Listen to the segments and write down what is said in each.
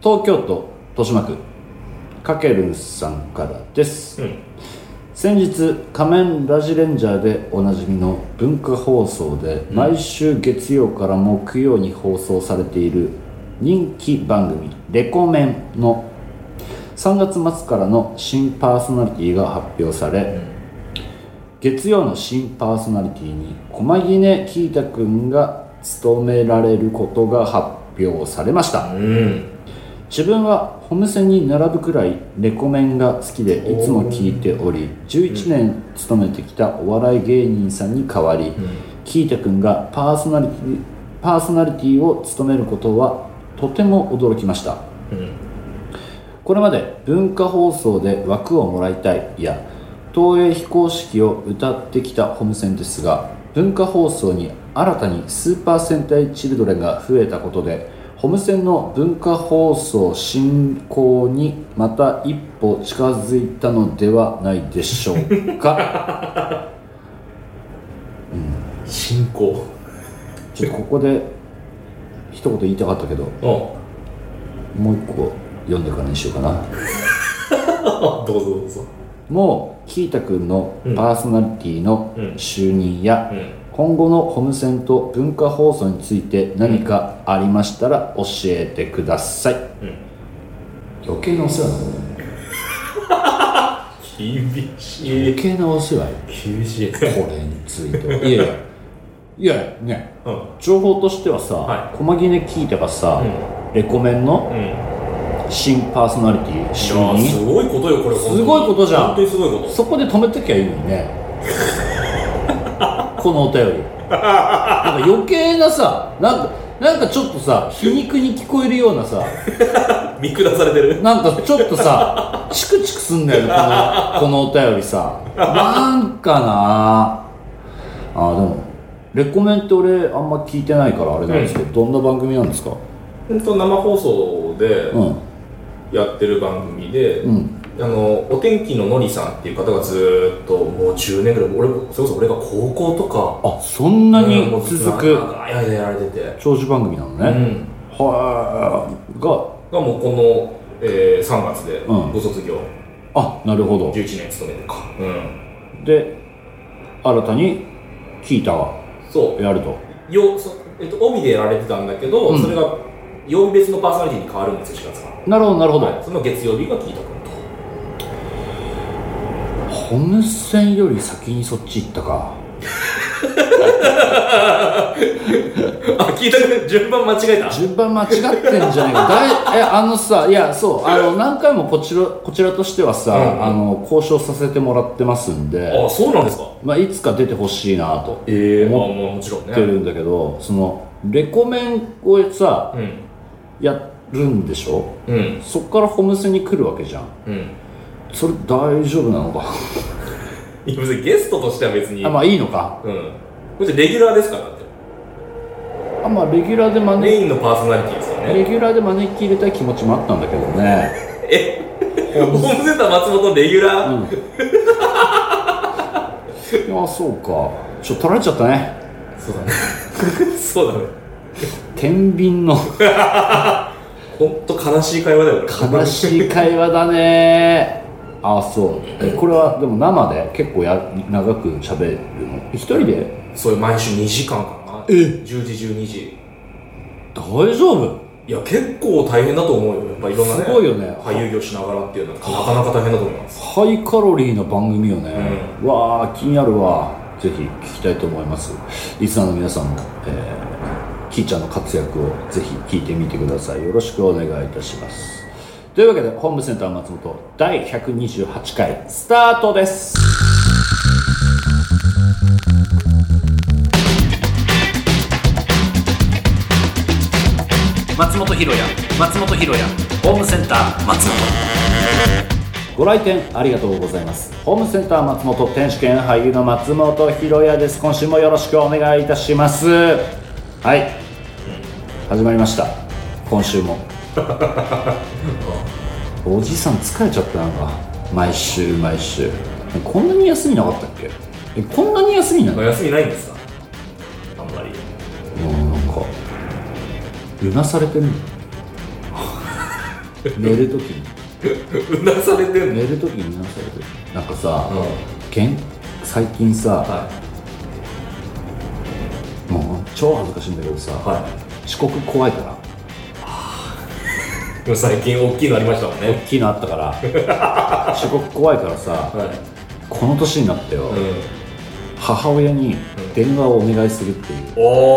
東京都豊島区かけるんさんからです、先日仮面ラジレンジャーでおなじみの文化放送で毎週月曜から木曜に放送されている人気番組レコメンの3月末からの新パーソナリティが発表され、月曜の新パーソナリティに駒木根キータくんが務められることが発表されました。自分はホームセンに並ぶくらいレコメンが好きでいつも聞いており、11年勤めてきたお笑い芸人さんに代わり、キータくんがパーソナリティを務めることはとても驚きました。これまで文化放送で枠をもらいたいや東映非公式を歌ってきたホームセンですが、文化放送に新たにスーパー戦隊チルドレンが増えたことでホームセンの文化放送進行にまた一歩近づいたのではないでしょうか。 進行ちょっとここで一言言いたかったけど、もう一個読んでからにしようかな。 どうぞどうぞ。 もうキータくんのパーソナリティの就任や、今後のホームセンと文化放送について何かありましたら教えてください。余計なお世話だね。 厳しい。 余計なお世話よ。 厳しい。 これについては。いやね、情報としてはさ、駒木根キータがさ、レコメンの新パーソナリティ就任。 すごいことよこれ。 すごいことじゃん。 本当にすごいこと。 そこで止めときゃいいのにね。このお便りなんか余計なさ、なんかちょっとさ皮肉に聞こえるようなさ見下されてる。 なんかちょっとさチクチクすんだよね、このお便りさ。なんかなあ。でもレコメンって俺あんま聞いてないからあれなんですけど、どんな番組なんですか？ 生放送でやってる番組で、お天気ののりさんっていう方がずっともう10年ぐらい、それこそ俺が高校とか、 そんなに続く長い間やられてて長寿番組なのね。がもうこの、3月でご卒業。 なるほど。 11年勤めてか。 で新たにキータがやると。 帯でやられてたんだけど、それが曜日別のパーソナリティに変わるんですよ、4月から。 なるほどなるほど。 その月曜日がキータ君と。 ホームセンより先にそっち行ったか。 聞いたけど順番間違えた。 順番間違ってんじゃないか。いやそう何回もこちらとしてはさ、交渉させてもらってますんで。 そうなんですか。 いつか出てほしいなと思ってるんだけど、そのレコメンをさ、やるんでしょ。そっからホームセンに来るわけじゃん。それ大丈夫なのか。 いや別にゲストとしては別にいいのか。 これレギュラーですから。だってレギュラーでメインのパーソナリティですよね。 レギュラーで招き入れたい気持ちもあったんだけどね。 ホームセンター松本レギュラー。 いやそうか。取られちゃったね。 そうだね。そうだね。 天秤のほんと悲しい会話だよね。 悲しい会話だね。そう。これはでも生で結構長く喋るの？一人で？ そういう毎週2時間かな。10時12時。 大丈夫？ いや結構大変だと思うよ。やっぱいろんなね。 すごいよね。 俳優業しながらっていうのはなかなか大変だと思います。 ハイカロリーな番組よね。わー気になるわ。ぜひ聞きたいと思います。リスナーの皆さんも、キーちゃんの活躍をぜひ聞いてみてください。よろしくお願いいたします。というわけでホームセンター松本第128回スタートです。松本ひろやホームセンター松本。ご来店ありがとうございます。ホームセンター松本天使兼俳優の松本ひろやです。今週もよろしくお願いいたします。はい、始まりました。今週もおじさん疲れちゃった。なんか毎週こんなに休みなかったっけ？こんなに休みなの？ 休みないんですか？あんまり。 なんかうなされてる。 寝るときにうなされてんの？ 寝るときにうなされてる。なんかさ、最近さ、もう超恥ずかしいんだけどさ、遅刻怖いから。 最近大きいのありましたもんね。 大きいのあったから遅刻怖いからさ、この年になってよ、母親に電話をお願いするっていう、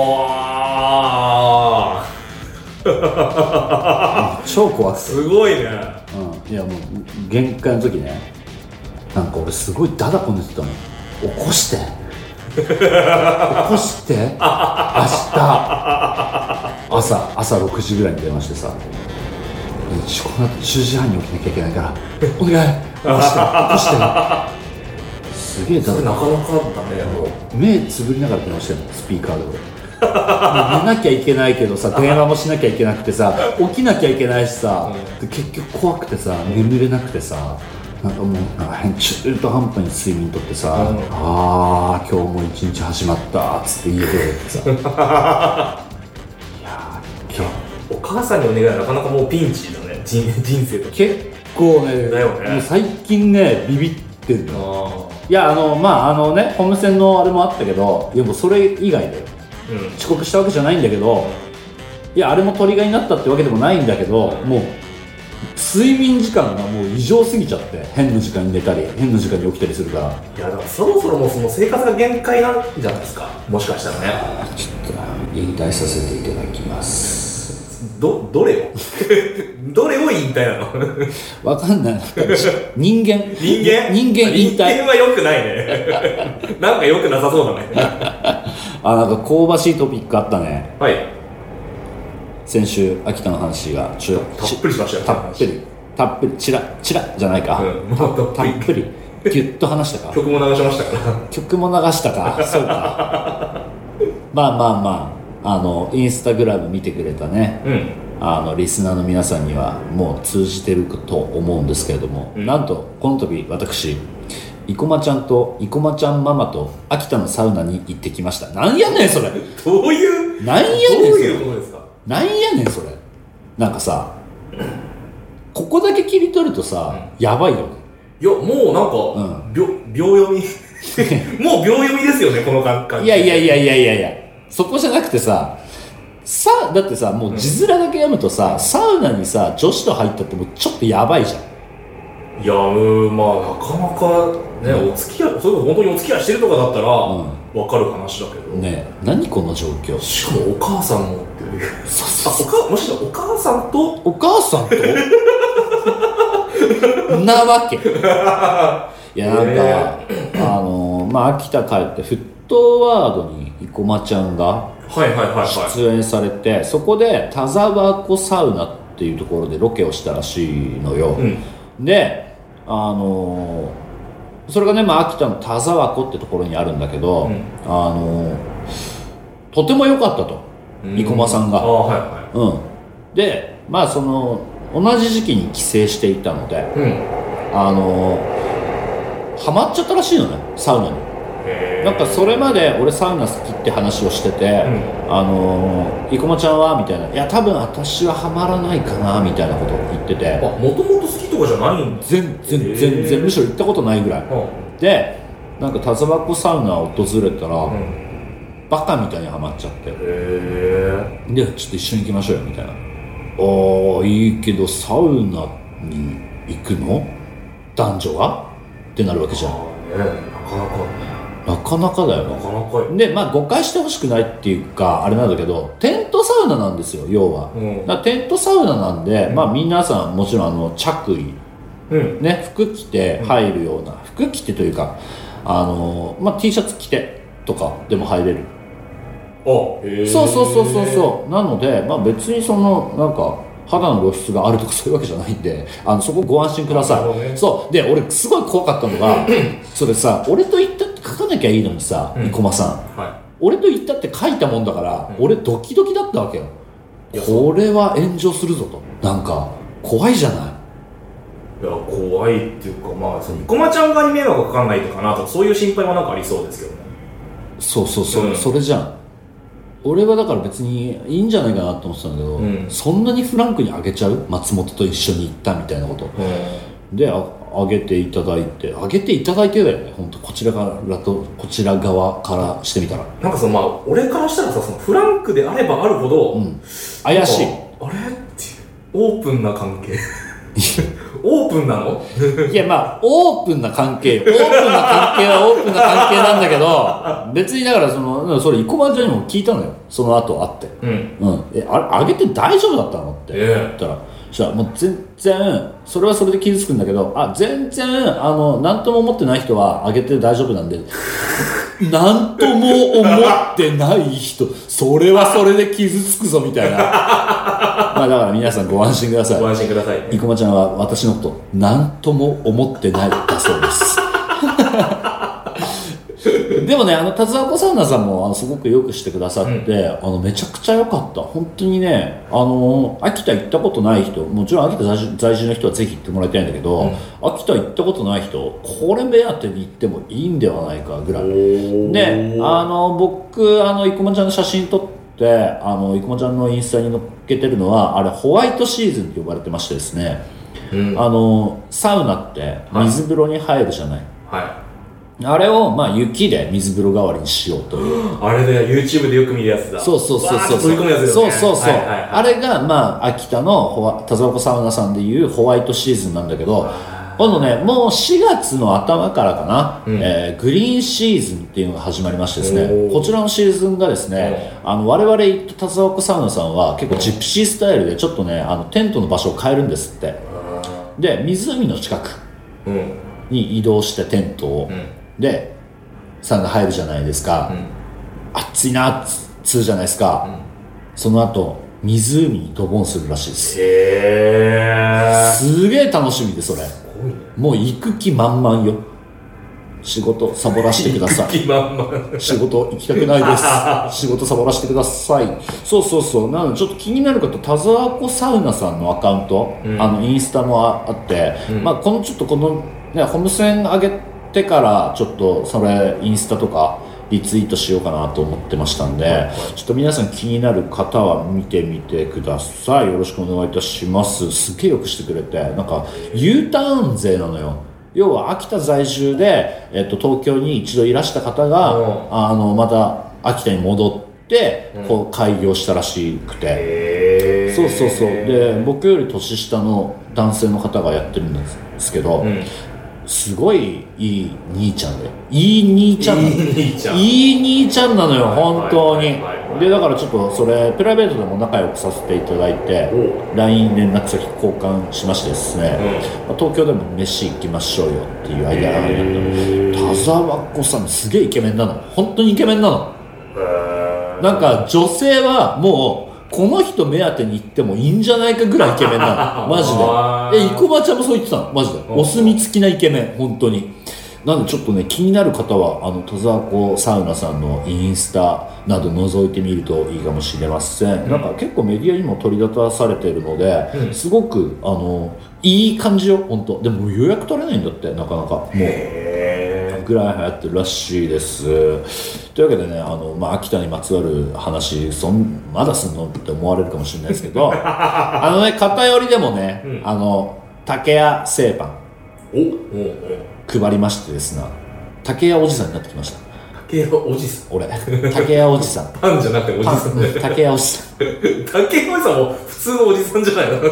超怖くてすごいね。 いやもう限界の時ね、なんか俺すごいダダこねてたの。起こして明日朝6時ぐらいに電話してさ、この後10時半に起きなきゃいけないからお願い起こしてすげえダダ。 なかなかだね。 目つぶりながら電話してるの、スピーカーで俺寝なきゃいけないけどさ、電話もしなきゃいけなくてさ、起きなきゃいけないしさ、結局怖くてさ、眠れなくてさ、なんかもう中途半端に睡眠とってさ、今日も一日始まったっつって家でさいやお母さんにお願いはなかなかもうピンチだね。人生と結構ね、 だよね。 もう最近ねビビってるの。いやホームセンのあれもあったけど、いやもうそれ以外で、遅刻したわけじゃないんだけど、いやあれもトリガーになったってわけでもないんだけど、もう睡眠時間がもう異常すぎちゃって、変な時間に寝たり変な時間に起きたりするから。 いやだからそろそろもうその生活が限界なんじゃないですか、もしかしたらね。 ちょっと引退させていただきます。 どれをどれを引退なの？ わかんない。人間引退。 人間は良くないね。なんか良くなさそうだね。 なんか香ばしいトピックあったね。 はい。 先週秋田の話がたっぷりしましたよ。 たっぷりチラじゃないか、たっぷりギュッと話したか。 曲も流しましたから曲も流したか。そうか。インスタグラム見てくれたね、リスナーの皆さんにはもう通じてると思うんですけれども、なんとこの度私生駒ちゃんと生駒ちゃんママと秋田のサウナに行ってきました。なんやねんそれ。 どういうなんやねんどういうことですか。 なんやねんそれ。なんかさ、ここだけ切り取るとさ、やばいよね。 いやもうなんか、秒読みもう秒読みですよね、この感覚。 いやそこじゃなくてさ、だってさ、もう字面だけ読むとさ、サウナにさ女子と入ったってもうちょっとやばいじゃん。 いやなかなかね、お付き合い、それこそ本当にお付き合いしてるとかだったら、分かる話だけどね。何この状況。しかもお母さんもっていう。もしかしたらお母さんとなわけ。いやなんか秋田帰ってフットワードに生駒ちゃんが出演されて、そこで田沢湖サウナっていうところでロケをしたらしいのよ、でそれがね、秋田の田沢湖ってところにあるんだけど、とても良かったと、生駒さんが。でその同じ時期に帰省していたので、ハマっちゃったらしいのね、サウナに。なんかそれまで俺サウナ好きって話をしてて、生駒ちゃんはみたいな、いや多分私はハマらないかなみたいなことを言ってて。 もともと好きとかじゃないんだ。 全然むしろ行ったことないぐらい、でなんか田沢湖サウナを訪れたら、バカみたいにハマっちゃって、でちょっと一緒に行きましょうよみたいな。いいけどサウナに行くの？男女が？ってなるわけじゃん。なかなかだよね。で誤解してほしくないっていうかあれなんだけど、テントサウナなんですよ要は。だからテントサウナなんで、皆さんもちろん着衣、服着て入るような、服着てというかT シャツ着てとかでも入れる。そうなので、別にそのなんか肌の露出があるとかそういうわけじゃないんで、そこご安心ください。そうで、俺すごい怖かったのがそれさ、俺と言ったって書かなきゃいいのにさ、生駒さん、俺と言ったって書いたもんだから、俺ドキドキだったわけよ。これは炎上するぞと。なんか怖いじゃない。 いや怖いっていうか、生駒ちゃん側に迷惑がかかんないとかなとか、そういう心配もなんかありそうですけどね。 それじゃん。 俺はだから別にいいんじゃないかなと思ってたんだけど、そんなにフランクにあげちゃう、松本と一緒に行ったみたいなこと、であげていただいてだよね、本当こちら側からしてみたら、 なんかその俺からしたらさ、そのフランクであればあるほど、 怪しい、 あれってオープンな関係オープンなのいやオープンな関係はオープンな関係なんだけど、別にだからそれ生駒ちゃんにも聞いたのよ、その後会って、あげて大丈夫だったのって言ったら、じゃあもう全然それはそれで傷つくんだけど、全然何とも思ってない人はあげて大丈夫なんで何とも思ってない人それはそれで傷つくぞみたいなだから皆さんご安心ください、 ご安心ください。 生駒ちゃんは私のこと何とも思ってないだそうですでもね、田沢子サウナさんもすごくよくしてくださって、めちゃくちゃ良かった。本当にね、秋田行ったことない人、もちろん秋田在住の人はぜひ行ってもらいたいんだけど、秋田行ったことない人、これ目当てに行ってもいいんではないかぐらいで、僕生駒ちゃんの写真撮って生駒ちゃんのインスタに載っけてるのは、あれホワイトシーズンって呼ばれてましてですね、サウナって水風呂に入るじゃない、あれを雪で水風呂代わりにしようというあれで YouTube でよく見るやつだ。 そう取り込むやつですよね。 あれが秋田の田沢湖サウナさんでいうホワイトシーズンなんだけど、今度ねもう4月の頭からかな、グリーンシーズンっていうのが始まりましてですね、こちらのシーズンがですね、我々行った田沢湖サウナさんは結構ジプシースタイルでちょっとねテントの場所を変えるんですって。で湖の近くに移動してテントを、でサウナ入るじゃないですか、暑いなっつうじゃないですか、その後湖にドボンするらしいです。すげえ楽しみで、それもう行く気満々よ。仕事サボらしてください仕事行きたくないです仕事サボらしてください。そうなのでちょっと気になる方、田沢湖サウナさんのアカウント、インスタもあって、このねホームセン上げてからちょっとそれインスタとかリツイートしようかなと思ってましたんで、ちょっと皆さん気になる方は見てみてください。よろしくお願いいたします。すげえよくしてくれて、なんか U ターン勢なのよ。要は秋田在住で、東京に一度いらした方がまた秋田に戻ってこう開業したらしくて、そうで僕より年下の男性の方がやってるんですけど、すごいいい兄ちゃんで、いい兄ちゃんなのよ、本当に。でだからちょっとそれプライベートでも仲良くさせていただいて LINE 連絡先交換しましてですね、東京でも飯行きましょうよっていうアイデアがあった田沢湖さんすげえイケメンなの、本当にイケメンなの。なんか女性はもうこの人目当てに行ってもいいんじゃないかぐらいイケメンなのマジで。生駒ちゃんもそう言ってたの、マジでお墨付きなイケメン、本当に。なんでちょっとね気になる方は田沢湖サウナさんのインスタなど覗いてみるといいかもしれません。なんか結構メディアにも取り立たされているので、すごくいい感じよ本当。でも予約取れないんだって、なかなかもうぐらい流行ってるらしいです。というわけでね秋田にまつわる話まだすんのって思われるかもしれないですけど偏りでもね、竹屋製パン配りましてですね、竹屋おじさんになってきました。 竹屋おじさん、 俺竹屋おじさんパンじゃなくておじさんね。 竹屋おじさん竹屋おじさんも普通のおじさんじゃないの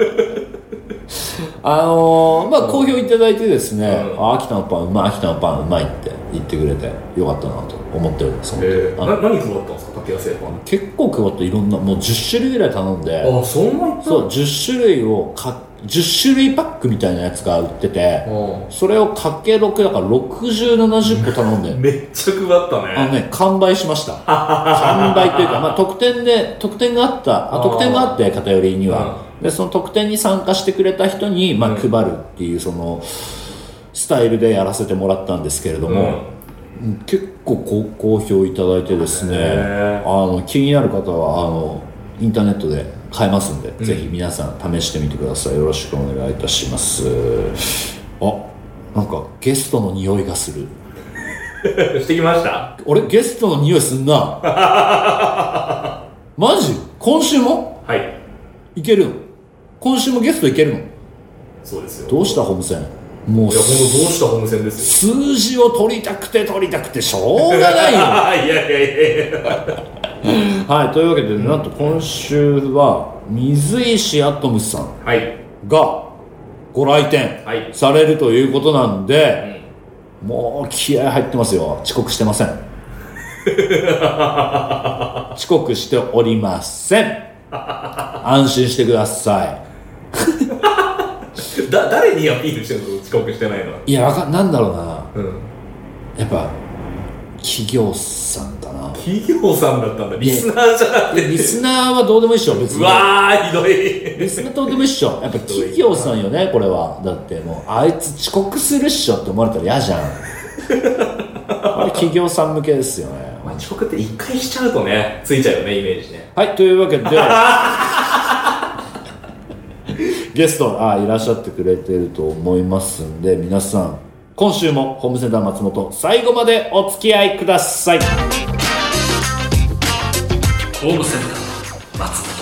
好評いただいてですね、秋田のパンうまいって言ってくれてよかったなと思ってるんです。 何配ったんですか、竹屋製パン。 結構配って、いろんなもう10種類ぐらい頼んで、 そんなにそう10種類を10種類パックみたいなやつが売ってて、それをかけ6だから60、70個頼んでめっちゃ配ったね。 完売しました完売というか、特典があって偏りには、でその特典に参加してくれた人に、配るっていうそのスタイルでやらせてもらったんですけれども、結構好評いただいてですね、気になる方はインターネットで買えますんで、ぜひ皆さん試してみてください。よろしくお願いいたします。なんかゲストの匂いがするしてきました。 俺ゲストの匂いすんなマジ？今週も？ はいいけるの？今週もゲストいけるの？ そうですよ。 どうしたホームセン？もういや、ほんとどうしたホームセンですよ。数字を取りたくてしょうがないよいやはい、というわけで、なんと今週は水石アトムさんがご来店されるということなんで、もう気合入ってますよ。遅刻してません遅刻しておりません安心してください誰にアピールしてるの？遅刻してないの？ いや、なんだろうな、やっぱ企業さんかな。 企業さんだったんだ。リスナーじゃなくて。 リスナーはどうでもいいっしょ、別に。 うわー、ひどい。 リスナーどうでもいいっしょ。やっぱ企業さんよね、これは。だってもうあいつ遅刻するっしょって思われたら嫌じゃんこれ企業さん向けですよね。 まあ、遅刻って一回しちゃうとね、ついちゃうよね、イメージね。 はい、というわけでゲストいらっしゃってくれてると思いますんで、皆さん今週もホームセンター松本最後までお付き合いください。ホームセンター松本。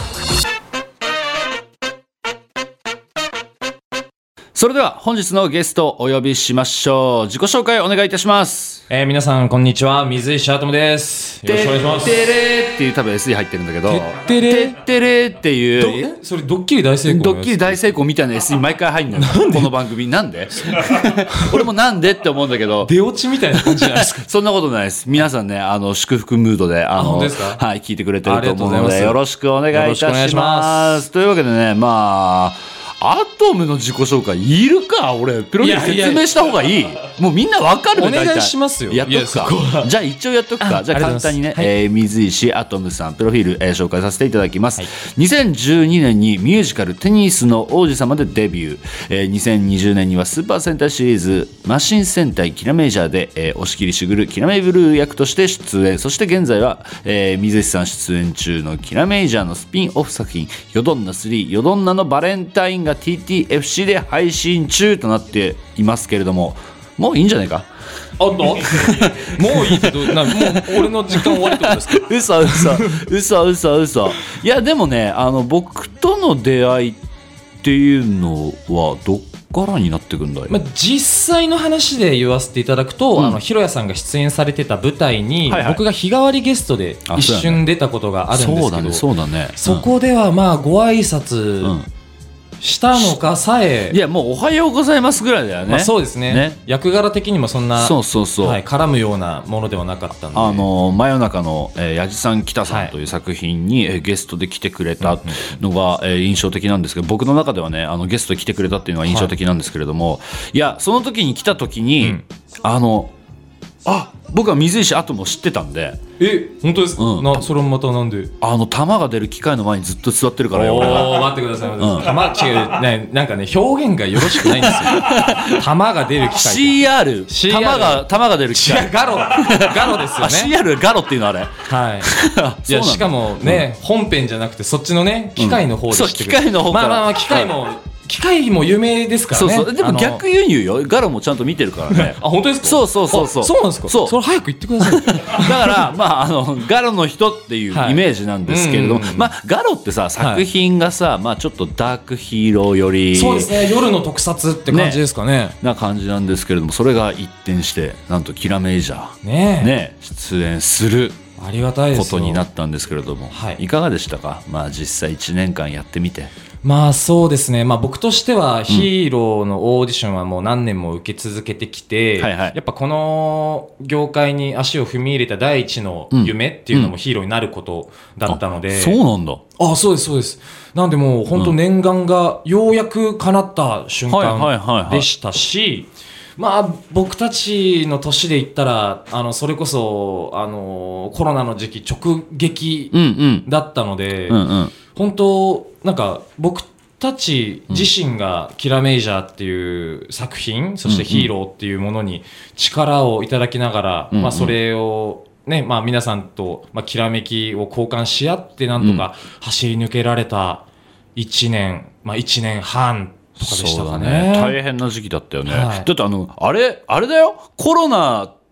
それでは本日のゲストをお呼びしましょう。自己紹介お願いいたします。 皆さんこんにちは、水石アトムです。よろしくお願いします。 てってれーっていう多分 SE 入ってるんだけど、 てってれてってれーっていうそれドッキリ大成功ドッキリ大成功みたいな SE 毎回入るんだよこの番組。なんで俺もなんでって思うんだけど、 出落ちみたいな感じじゃないですかそんなことないです。皆さんね、祝福ムードで本当ですか？ はい、聞いてくれてると思うのでよろしくお願いいたします。というわけでね、まあアトムの自己紹介いるか？俺プロフィール説明した方がいい？もうみんなわかる。 お願いしますよ。 やっとくか。じゃあ一応やっとくか。じゃあ簡単にね、水石アトムさんプロフィール、紹介させていただきます。2012年にミュージカルテニスの王子様でデビュー、2020年にはスーパー戦隊シリーズマシン戦隊キラメイジャーで、押切茂キラメイブルー役として出演。そして現在は、水石さん出演中のキラメイジャーのスピンオフ作品ヨドンナ3ヨドンナのバレンタインが TTFC で配信中となっていますけれども、もういいんじゃないか。 もういいけど、もう俺の時間終わりってことですか？ 嘘。いやでもね、僕との出会いっていうのはどっからになってくんだよ。 実際の話で言わせていただくと、ひろやさんが出演されてた舞台に、僕が日替わりゲストで一瞬出たことがあるんですけど、 そうだね。 そこではまあご挨拶、したのかさえ、 いやもうおはようございますぐらいだよね。 そうですね。役柄的にもそんな絡むようなものではなかったので、 真夜中のやじさん北さんという作品にゲストで来てくれたのが印象的なんですけど、僕の中ではね、ゲストで来てくれたっていうのは印象的なんですけれども、いやその時に来た時に、僕は水石アトムを知ってたんで。 本当ですか？それもまたなんで？ 弾が出る機械の前にずっと座ってるからよ。俺が待ってください。弾違うね、なんかね表現がよろしくないんですよ。弾が出る機械。 CR。弾が出る機械。 ガロですよね。 CR ガロっていうのあれ。 はい。いやしかもね、本編じゃなくてそっちのね機械の方で知ってくる。 機械の方から。 まあ機械も有名ですからね。 そうでも逆輸入よ。ガロもちゃんと見てるからね。 本当ですか？ そうそうなんですか？それ早く言ってください。 だからガロの人っていうイメージなんですけれども、ガロってさ、作品がさ、ちょっとダークヒーローより、 そうですね、夜の特撮って感じですかね。 な感じなんですけれども、それが一転してなんとキラメイジャーね出演するありがたいですことになったんですけれども、いかがでしたか？実際1年間やってみて。 そうですね、僕としてはヒーローのオーディションはもう何年も受け続けてきて、やっぱこの業界に足を踏み入れた第一の夢っていうのもヒーローになることだったので。 そうなんだ。 そうです。なんでもう本当念願がようやく叶った瞬間でしたし、僕たちの年で言ったらそれこそコロナの時期直撃だったので、本当なんか僕たち自身がキラメイジャーっていう作品、そしてヒーローっていうものに力をいただきながら、それをね、皆さんときらめきを交換し合ってなんとか走り抜けられた1年、1年半とかでしたかね。 大変な時期だったよね。だってあれだよ、コロナっ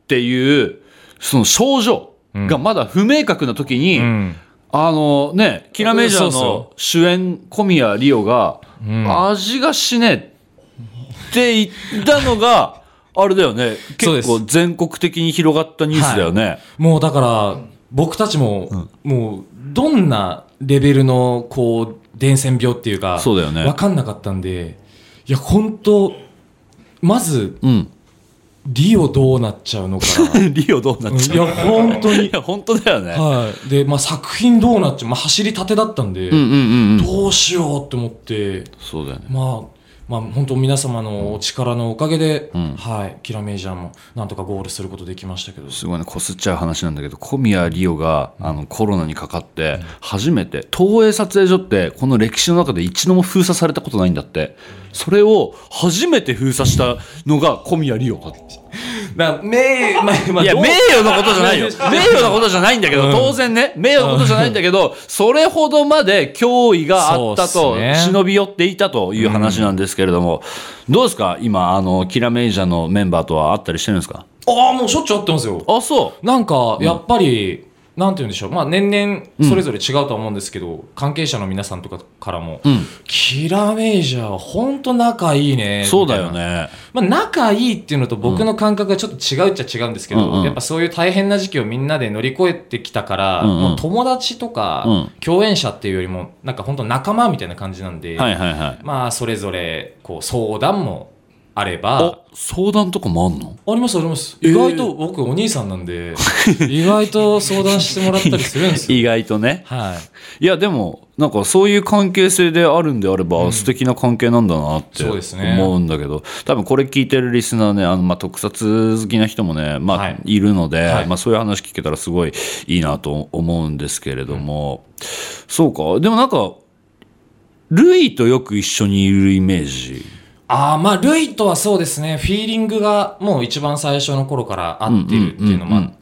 っていうその症状がまだ不明確な時に、キラメジャーの主演小宮璃央が、味がしねえって言ったのがあれだよね、結構全国的に広がったニュースだよね。 もうだから僕たちも、もうどんなレベルのこう伝染病っていうかそうだよね、 分かんなかったんで、いや本当まず、リオどうなっちゃうのかリオどうなっちゃう、 いや本当にいや本当だよね、 で、作品どうなっちゃう、走りたてだったんで、どうしようって思って、 そうだよね、 本当皆様のお力のおかげで、キラメジャーもなんとかゴールすることできましたけど、 すごいね、こすっちゃう話なんだけど、小宮璃央がコロナにかかって初めて、東映撮影所ってこの歴史の中で一度も封鎖されたことないんだって。それを初めて封鎖したのが小宮璃央だって。いや名誉なことじゃないよ名誉なことじゃないんだけど、当然ね名誉なことじゃないんだけど、それほどまで脅威があったと、忍び寄っていたという話なんですけれども、どうですか今キラメイジャーのメンバーとは会ったりしてるんですか？ もうしょっちゅう会ってますよ。そうなんかやっぱり、なんて言うんでしょう、年々それぞれ違うとは思うんですけど、関係者の皆さんとかからも、キラメイジャーは本当仲いいね。 そうだよね。 仲いいっていうのと僕の感覚がちょっと違うっちゃ違うんですけど、やっぱそういう大変な時期をみんなで乗り越えてきたから、もう友達とか共演者っていうよりもなんか本当仲間みたいな感じなんで、それぞれこう相談もあれば。 相談とかもあんの？ ありますあります。意外と僕お兄さんなんで意外と相談してもらったりするんですよ。 意外とね。いやでもなんかそういう関係性であるんであれば、素敵な関係なんだなって思うんだけど、多分これ聞いてるリスナーね、特撮好きな人もね、いるので、そういう話聞けたらすごいいいなと思うんですけれども、そうか。でもなんかルイとよく一緒にいるイメージ。 ルイとはそうですね、フィーリングがもう一番最初の頃から合ってるっていうのもあって、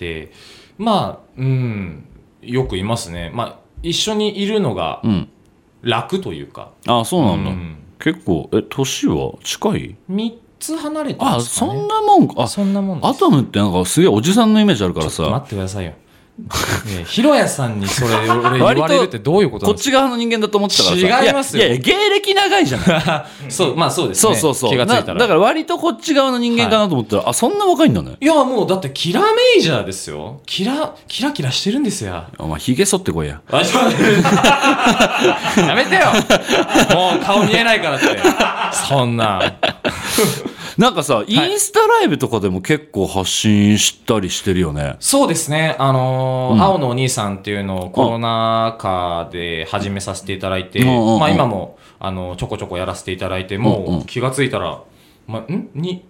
よくいますね。一緒にいるのが楽というか。 そうなんだ。結構年は近い ？3つ離れてますかね。 そんなもんか。 そんなもんです。 アトムってなんかすげえおじさんのイメージあるからさ。 ちょっと待ってくださいよ。ひろやさんにそれ俺言われるってどういうことなんですか？ こっち側の人間だと思ってたからさ。 違いますよ。 いや芸歴長いじゃないそうですね。そう気がついたらだから割とこっち側の人間かなと思ったら、そんな若いんだね。 いやもうだってキラメイジャーですよ。キラキラしてるんですよ。 お前ひげ剃ってこいや。 やめてよ。もう顔見えないからってそんななんかさ、インスタライブとかでも結構発信したりしてるよね。 そうですね。青のお兄さんっていうのをコロナ禍で始めさせていただいて、今もちょこちょこやらせていただいて、もう気がついたら、3年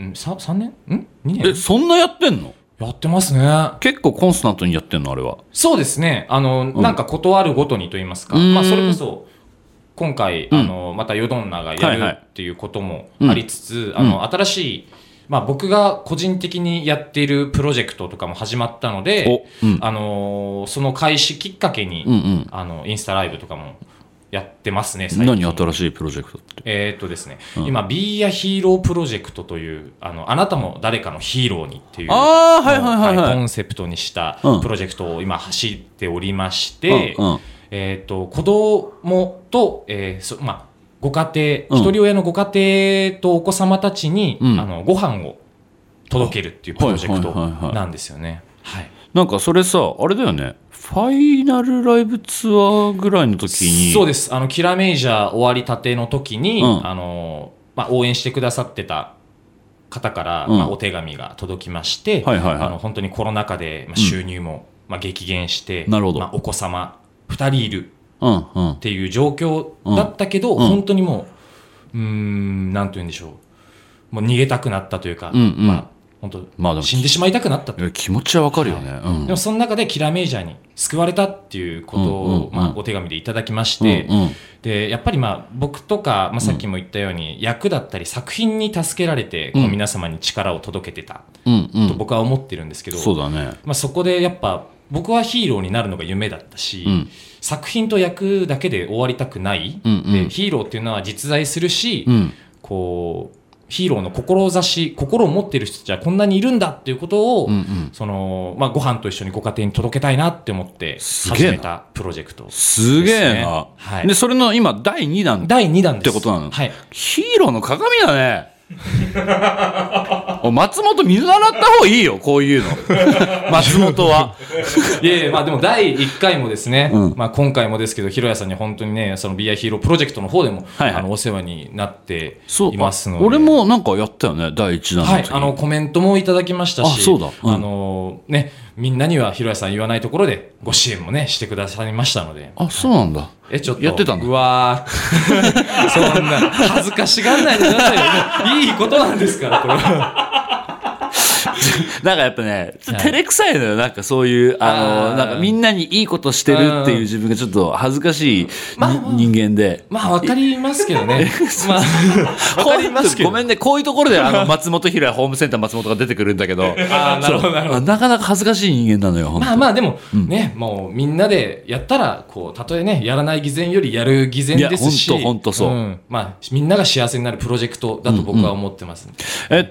2年そんなやってんの？ やってますね。 結構コンスタントにやってんのあれは。 そうですね。なんか断るごとにと言いますか、それこそ今回またヨドンナがやるっていうこともありつつ、新しい、僕が個人的にやっているプロジェクトとかも始まったので、その開始きっかけに、インスタライブとかもやってますね。 何新しいプロジェクトって？ ですね、今 Be a Hero プロジェクトというあなたも誰かのヒーローにっていうコンセプトにしたプロジェクトを今走っておりまして、子供と、ご家庭、一人親のご家庭とお子様たちに、ご飯を届けるっていうプロジェクトなんですよね。 なんかそれさ、あれだよね、ファイナルライブツアーぐらいの時に。 そうです。キラメイジャー終わりたての時に、応援してくださってた方から、お手紙が届きまして、本当にコロナ禍で、収入も、激減して、お子様2人いるっていう状況だったけど、本当にもうなんて言うんでしょう、もう逃げたくなったというか、本当、死んでしまいたくなったという。 気持ちはわかるよね。 でもその中でキラメイジャーに救われたっていうことを、お手紙でいただきまして、でやっぱり僕とか、さっきも言ったように、役だったり作品に助けられて、皆様に力を届けてたと僕は思ってるんですけど、 そうだね。 そこでやっぱ僕はヒーローになるのが夢だったし、作品と役だけで終わりたくない、でヒーローっていうのは実在するし、こうヒーローの志、心を持っている人たちはこんなにいるんだっていうことを、ご飯と一緒にご家庭に届けたいなって思って始めたプロジェクトです、 ね。すげえな。はい、で、それの今、第2弾ってことなの？ はい。 ヒーローの鏡だね。松本見習った方がいいよ、こういうの。松本は。 いやいや、でも第1回もですね、今回もですけど、ひろやさんに本当にね、その Be a Hero プロジェクトの方でも、お世話になっていますので。 俺もなんかやったよね、第1弾の時。 はい、コメントもいただきましたし、 そうだ。 みんなにはひろやさん言わないところでご支援もねしてくださいましたので。 そうなんだ。 ちょっとやってたんだ。 うわーそんな恥ずかしがんないでくださいよ。いいことなんですからこれは。 なんかやっぱね、照れくさいのよ。なんかそういうなんかみんなにいいことしてるっていう自分がちょっと恥ずかしい人間で。 わかりますけどね。わかりますけど。 ごめんね、こういうところで松本ひろやホームセンター松本が出てくるんだけど。 なるほどなるほど。 なかなか恥ずかしい人間なのよ。 でもね、もうみんなでやったらたとえねやらない偽善よりやる偽善ですし。 本当そう。 みんなが幸せになるプロジェクトだと僕は思ってます。 第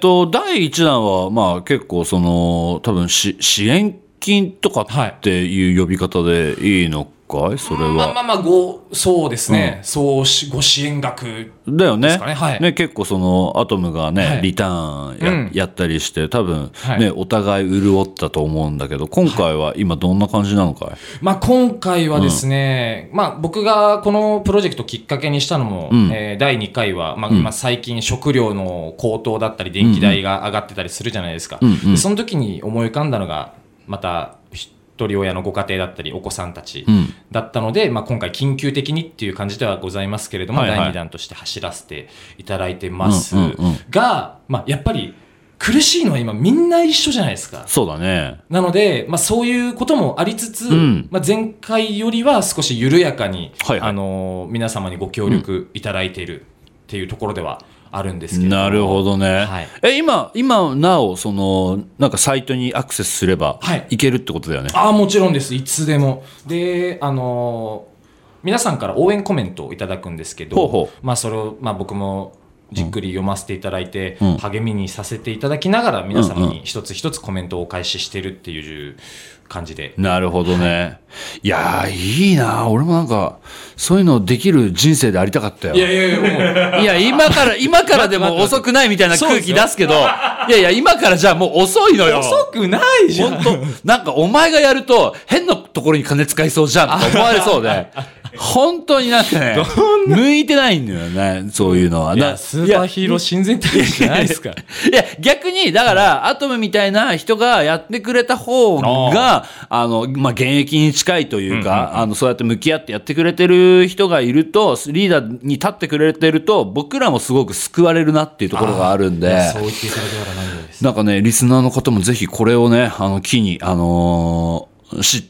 1弾は結構多分支援金とかっていう呼び方でいいのかい、それは。 そうですね、ご支援額だよね。 はいね、結構アトムがね、リターンやったりして多分ね、お互い潤ったと思うんだけど、今回は今どんな感じなのかい？ 今回はですね、僕がこのプロジェクトきっかけにしたのも、第2回は、今最近食料の高騰だったり電気代が上がってたりするじゃないですか。でその時に思い浮かんだのがまた一人親のご家庭だったりお子さんたちだったので、今回緊急的にっていう感じではございますけれども、第2弾として走らせていただいてますが、やっぱり苦しいのは今みんな一緒じゃないですか。 そうだね。 なので、そういうこともありつつ、前回よりは少し緩やかに、皆様にご協力いただいているっていうところではあるんですけれども。 なるほどね。今なおなんかサイトにアクセスすればいけるってことだよね。 もちろんです。いつでも。で、皆さんから応援コメントをいただくんですけど、それを僕もじっくり読ませていただいて、励みにさせていただきながら皆様に一つ一つコメントをお返ししてるっていう感じで。 なるほどね。いやー、いいな。俺もなんかそういうのできる人生でありたかったよ。 いや今からでも遅くないみたいな空気出すけど、いや今からじゃあもう遅いのよ。 遅くないじゃん。 本当なんかお前がやると変なところに金使いそうじゃんとか思われそうで。本当になんかね、向いてないんだよね、そういうのは。 スーパーヒーロー親善大使じゃないですか。 いや、逆に、だから、アトムみたいな人がやってくれた方が、現役に近いというか、そうやって向き合ってやってくれてる人がいると、リーダーに立ってくれてると、僕らもすごく救われるなっていうところがあるんで、 そう言っていただけたら何よりです。 なんかね、リスナーの方もぜひこれをね、機に、知って、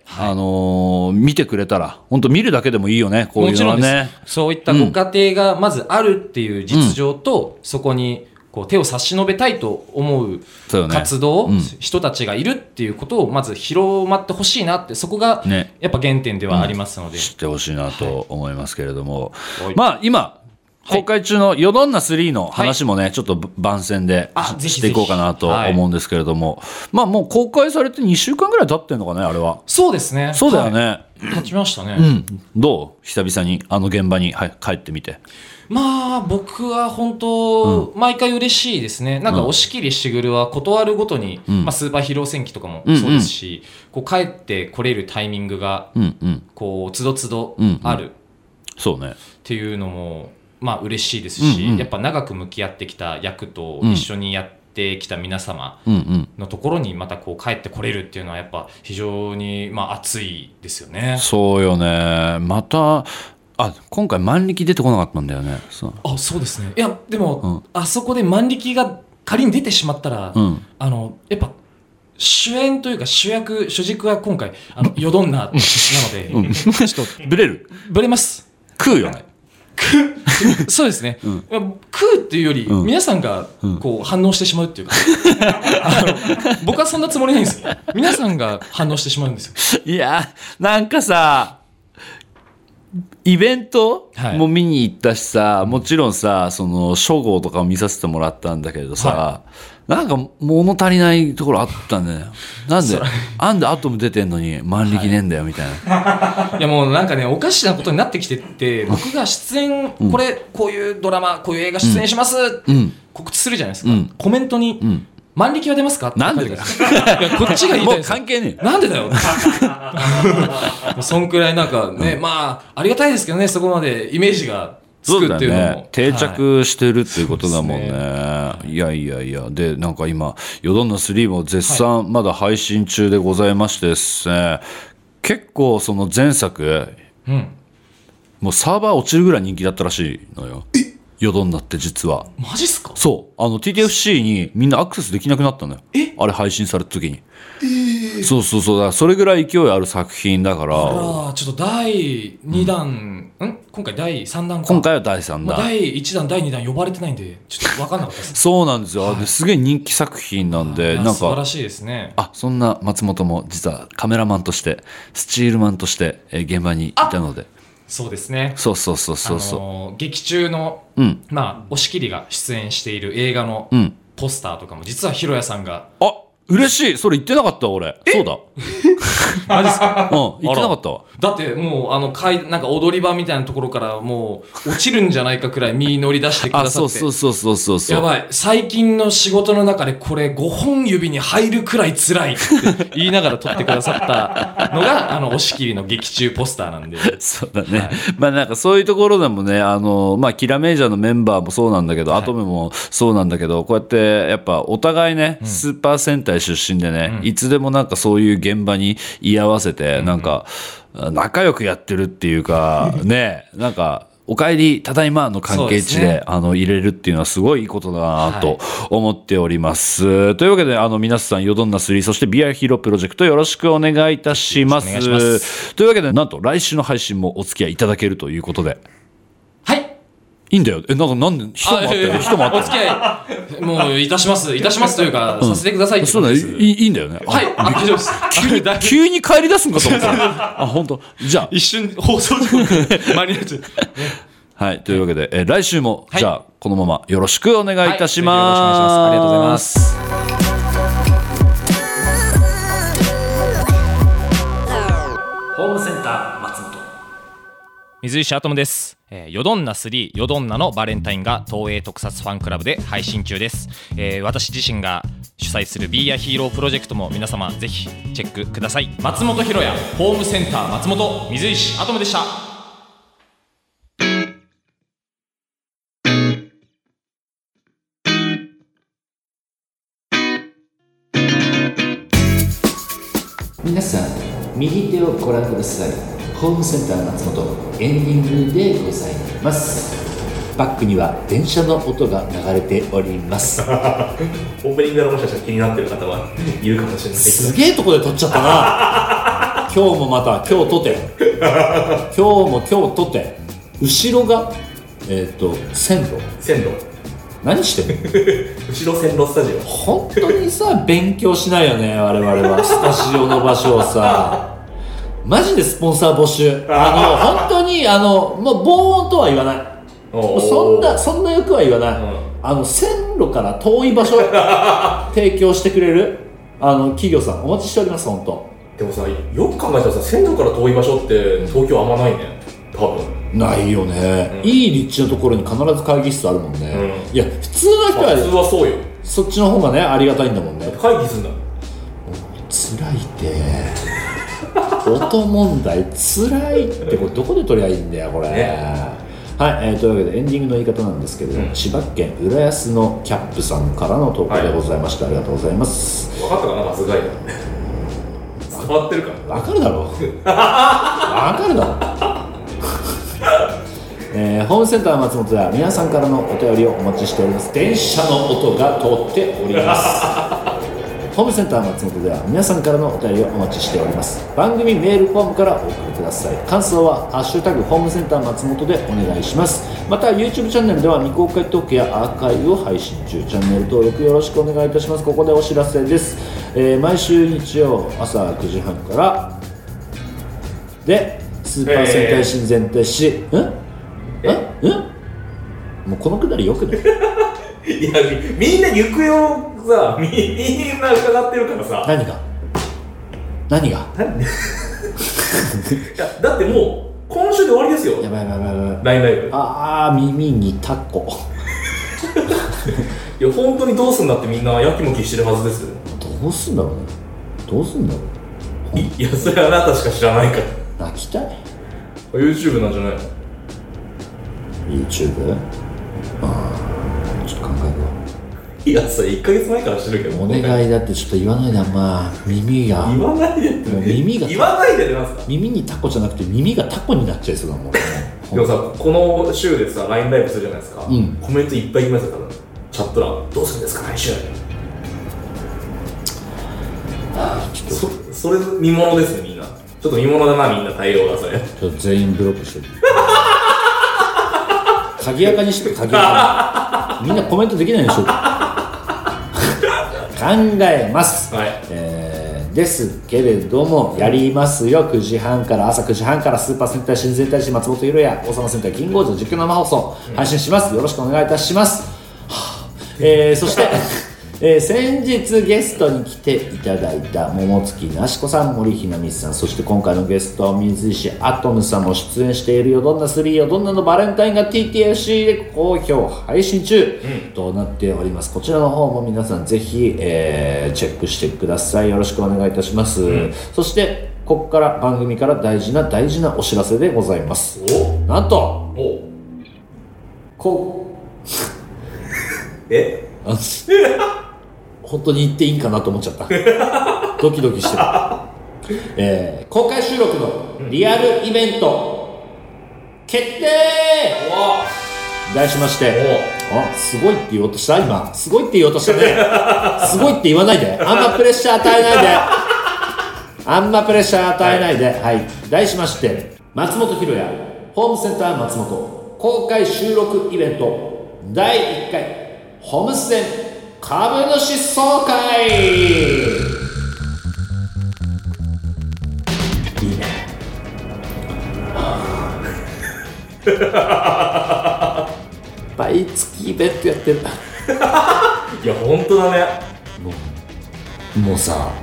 見てくれたら、本当見るだけでもいいよね、こういうのはね。もちろんです。 そういったご家庭がまずあるっていう実情と、そこに手を差し伸べたいと思う活動、人たちがいるっていうことをまず広まってほしいなって、そこがやっぱ原点ではありますので。 知ってほしいなと思いますけれども。今、公開中のよどんな3の話もね、ちょっと番宣でしていこうかなと思うんですけれども、もう公開されて2週間ぐらい経ってんのかね、あれは。 そうですね。 そうだよね。 経ちましたね。 どう？久々に現場に帰ってみて。 僕は本当、毎回嬉しいですね。なんか押切しぐるは断るごとに、スーパーヒーロー戦記とかもそうですし、帰ってこれるタイミングがつどつどあるっていうのも嬉しいですし、やっぱ長く向き合ってきた役と一緒にやってきた皆様のところにまた帰ってこれるっていうのはやっぱ非常に熱いですよね。 そうよね。また今回万力出てこなかったんだよね。 そうですね。いやでも、あそこで万力が仮に出てしまったら、やっぱ主演というか主軸は今回ヨドンナなので、ちょっとブレます。 食うよね。 そうですね。食うっていうより、皆さんが反応してしまうっていうか、僕はそんなつもりないんですよ。皆さんが反応してしまうんですよ。 いや、なんかさ、 イベントはいも見に行ったしさ、もちろんさ、その初号とかを見させてもらったんだけどさ、なんか物足りないところあったんだよ。なんでアトム出てんのに万力ねえんだよみたいな。 いやもうなんかねおかしなことになってきてって僕が出演、こういうドラマこういう映画出演します、告知するじゃないですか、コメントに、万力は出ますかって書いてくる。いやこっちが言いたいんですよ。 もう関係ねえ。 なんでだよってそんくらいなんかね、まあありがたいですけどね、そこまでイメージがつくっていうのも、 ね、定着してるっていうことだもんね。いやでなんか今よどんな3も絶賛まだ配信中でございましてですね、結構その前作、もうサーバー落ちるぐらい人気だったらしいのよ。よどんなって実は。 マジっすか？ そう、TTFC にみんなアクセスできなくなったのよ。あれ配信された時に。そうだからそれぐらい勢いある作品だから。 ちょっと第2弾、今回第3弾か。 今回は第3弾。 第1弾第2弾呼ばれてないんでちょっと分かんなかったです。 そうなんですよ。ですげえ人気作品なんで、なんか素晴らしいですね。 そんな松本も実はカメラマンとしてスチールマンとして現場にいたので。 そうですね。 そう劇中の、押切が出演している映画のポスターとかも実はひろやさんが。 嬉しい。それ言ってなかった俺。そうだ。 マジっすか？ 言ってなかったわ。 だってもうなんか踊り場みたいなところからもう落ちるんじゃないかくらい身乗り出してくださって。 そう。 やばい。最近の仕事の中でこれ5本指に入るくらい辛いって言いながら撮ってくださったのが押切の劇中ポスターなんで。 そうだね。なんかそういうところでもね、キラメイジャーのメンバーもそうなんだけど、アトムもそうなんだけど、こうやってやっぱお互いね、スーパー戦隊出身でね、いつでもなんかそういう現場に居合わせて、なんか仲良くやってるっていうかね、なんかお帰りただいまの関係値で入れるっていうのはすごいいいことだなと思っております、というわけで皆さんよどんな3、そして BI ヒーロープロジェクトよろしくお願いいたします。というわけでなんと来週の配信もお付き合いいただけるということで。いいんだよ。なんで人もあったよ。 お付き合いもういたしますというか、させてくださいってそうだ、いいんだよね。 はい、大丈夫です。 急に帰り出すんかと思った。本当。じゃあ一瞬放送時間間に合っちゃう。 はい、というわけで、来週もじゃあこのままよろしくお願いいたします。 よろしくお願いします。ありがとうございます。 ホームセンター松本。 水石アトムです。よどんな3、よどんなのバレンタインが東映特撮ファンクラブで配信中です。私自身が主催する Be a Hero プロジェクトも皆様ぜひチェックください。松本ひろや、ホームセンター松本、水石アトムでした。 皆さん右手をご覧ください。ホームセンター松本エンディングでございます。バックには電車の音が流れておりますオープニングがもしかしたら気になってる方はいるかもしれない。 すげえとこで撮っちゃったな今日もまた今日撮って今日撮って後ろが線路何してる後ろ線路スタジオ。 本当にさ勉強しないよね我々はスタジオの場所をさマジでスポンサー募集本当にもう防音とは言わないそんな欲は言わない、線路から遠い場所提供してくれる企業さんお待ちしております。本当でもさよく考えたらさ線路から遠い場所って東京あんまないね多分。 ないよね、いい立地のところに必ず会議室あるもんね、いや普通の人は普通はそうよ。 そっちの方がねありがたいんだもんね。 会議すんだ辛いって音問題辛いってこれどこで取りゃいいんだよこれ、はい、というわけでエンディングの言い方なんですけど、千葉県浦安のキャップさんからの投稿でございました、ありがとうございます。 分かったかな、松がい伝わってるか分かるだろ分かるだろホームセンター松本では皆さんからのお便りをお待ちしております。電車の音が通っておりますホームセンター松本では皆さんからのお便りをお待ちしております。番組メールフォームからお送りください。感想はハッシュタグホームセンター松本でお願いします。また YouTube チャンネルでは未公開トークやアーカイブを配信中。チャンネル登録よろしくお願いいたします。ここでお知らせです。毎週日曜朝9時半からでスーパー戦隊新戦隊し、もうこのくだりよくない？いや、みんな行方をさ、みんな伺ってるからさ。 何がいや、だってもう今週で終わりですよ。 やばい LINE ライブ。 耳にタコいや、本当にどうすんだってみんなやきもきしてるはずですよ。 どうすんだろうね。 いや、それはあなたしか知らないから。 泣きたい。 YouTube なんじゃないの？ YouTube？ ちょっと考えるわ。 いや、それ1ヶ月前からしてるけど。 お願いだってちょっと言わないで、あんま耳が言わないでって、 耳が言わないでってなんすか？ 耳にタコじゃなくて耳がタコになっちゃいそうだもん。でもさ、この週でさ LINE ライブするじゃないですか、コメントいっぱいいきますよ、多分チャット欄。どうするんですか来週。それ見物ですね、みんな。ちょっと見物だな、みんな対応が。それちょっと全員ブロックしてる鍵垢にして、鍵垢にみんなコメントできないでしょ考えます、ですけれども、やりますよ。朝9時半からスーパー戦隊新戦隊士松本ひろや王様戦隊キングオージャー実況生放送配信します。よろしくお願いいたします。そして先日ゲストに来ていただいた桃月なしこさん、森ひなみさん、そして今回のゲスト水石アトムさんも出演しているよどんな3よどんなのバレンタインが TTFC で好評配信中、となっております。こちらの方も皆さんぜひ、チェックしてください。よろしくお願いいたします。そしてここから番組から大事なお知らせでございます。なんと本当に言っていいんかなと思っちゃったドキドキしてる、公開収録のリアルイベント決定題しまして、すごいって言おうとした。今すごいって言おうとしたねすごいって言わないで、あんまプレッシャー与えないで、はい、題しまして松本ひろやホームセンター松本公開収録イベント第1回ホームセン株主総会。いいね毎月イベントやってるいや本当だね。 もうさ、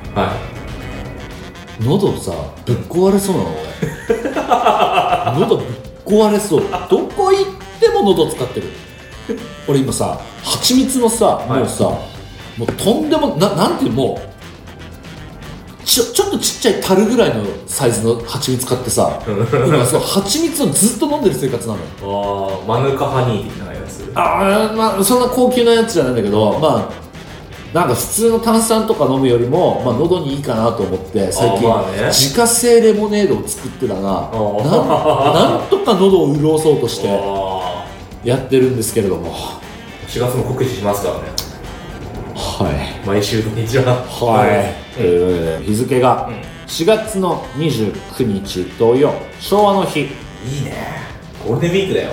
喉さぶっ壊れそうなの俺喉ぶっ壊れそう。どこ行っても喉使ってる俺今さ、蜂蜜のさ、もうさ、もうとんでもなんていう、もうちょっとちっちゃい樽ぐらいのサイズの蜂蜜買ってさ今そう蜂蜜をずっと飲んでる生活なのよ。 マヌカハニー的なやつ。 そんな高級なやつじゃないんだけど、なんか普通の炭酸とか飲むよりも、喉にいいかなと思って最近、自家製レモネードを作ってたな。なんとか喉を潤そうとしてやってるんですけれども、 4月も告知しますからね。毎週土日はというわけで日付が4月の29日土曜、昭和の日。いいね、ゴールデンウィークだよ。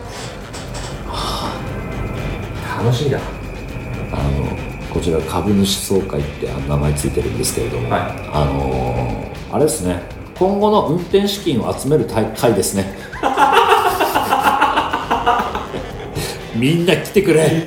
楽しみだ。 こちら株主総会って名前ついてるんですけれども、あれですね、今後の運転資金を集める会ですねみんな来てくれ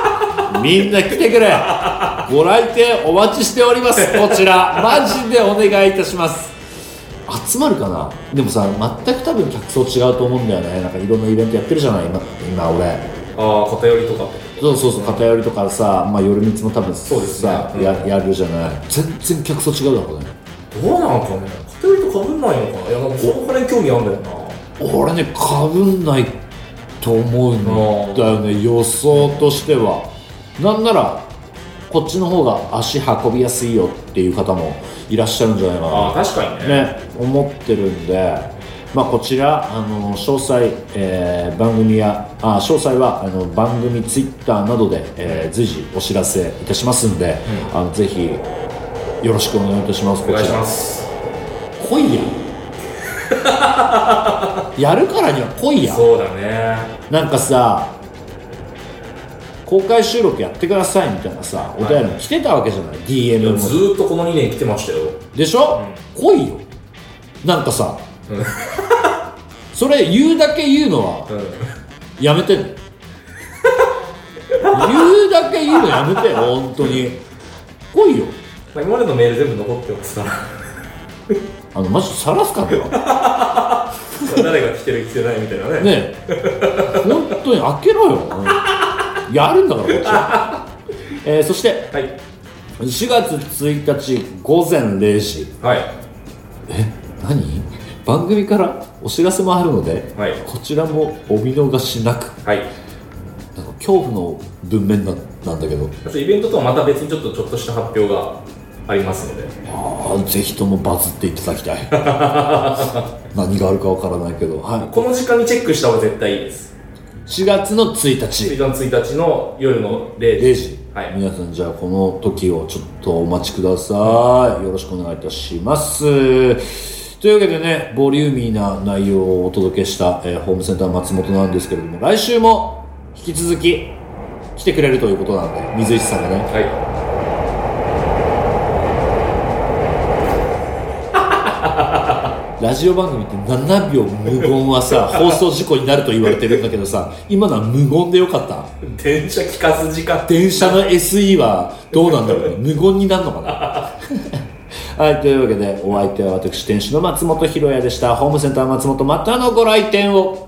ご来店お待ちしております。こちらマジでお願いいたします。集まるかな。でもさ、全く多分客層違うと思うんだよね。なんかいろんなイベントやってるじゃない今俺。 偏りとか。 そう偏りとかさ、夜光も多分さ、やるじゃない。全然客層違うだろうね。 どうなのかね。偏りと被んないのかな。いや、なんかその辺興味あるんだよな。 俺ね、被んないと思うんだよね、予想としては。なんならこっちの方が足運びやすいよっていう方もいらっしゃるんじゃないかな。 確かにね思ってるんで、こちら詳細、番組や詳細は番組ツイッターなどで、随時お知らせいたしますんで、ぜひよろしくお願いいたします。 お願いします。 来いややるからには来いや。 そうだね。 なんかさ、公開収録やってくださいみたいなさ、お便りも来てたわけじゃない、DM も。 ずーっとこの2年来てましたよ。 でしょ、来いよ。なんかさ、 それ言うだけ言うのはやめてね言うだけ言うのやめてよ本当に来いよ。 まあ、今までのメール全部残ってますからマジ晒すから誰が来てる来てないみたいなね。 ねえ本当に開けろよやるんだからこっちはそして、 はい、 4月1日午前0時、 はい、 何番組からお知らせもあるので、はい、こちらもお見逃しなく、はい、なんか恐怖の文面なんだけど、 イベントとはまた別にちょっとした発表がありますので、 ぜひともバズっていただきたい何があるかわからないけど、はい、 この時間にチェックした方が絶対いいです。 4月の1日の夜の0時、 はい、皆さんじゃあこの時をちょっとお待ちください。よろしくお願いいたします。というわけでね、ボリューミーな内容をお届けした、ホームセンター松本なんですけれども、来週も引き続き来てくれるということなんで、水石さんがね、はいラジオ番組って7秒無言はさ放送事故になると言われてるんだけどさ、今のは無言でよかった。 電車聞かす時間、 電車の SE はどうなんだろうね無言になるのかなはい、というわけでお相手は私店主の松本ひろやでした。ホームセンター松本、またのご来店を。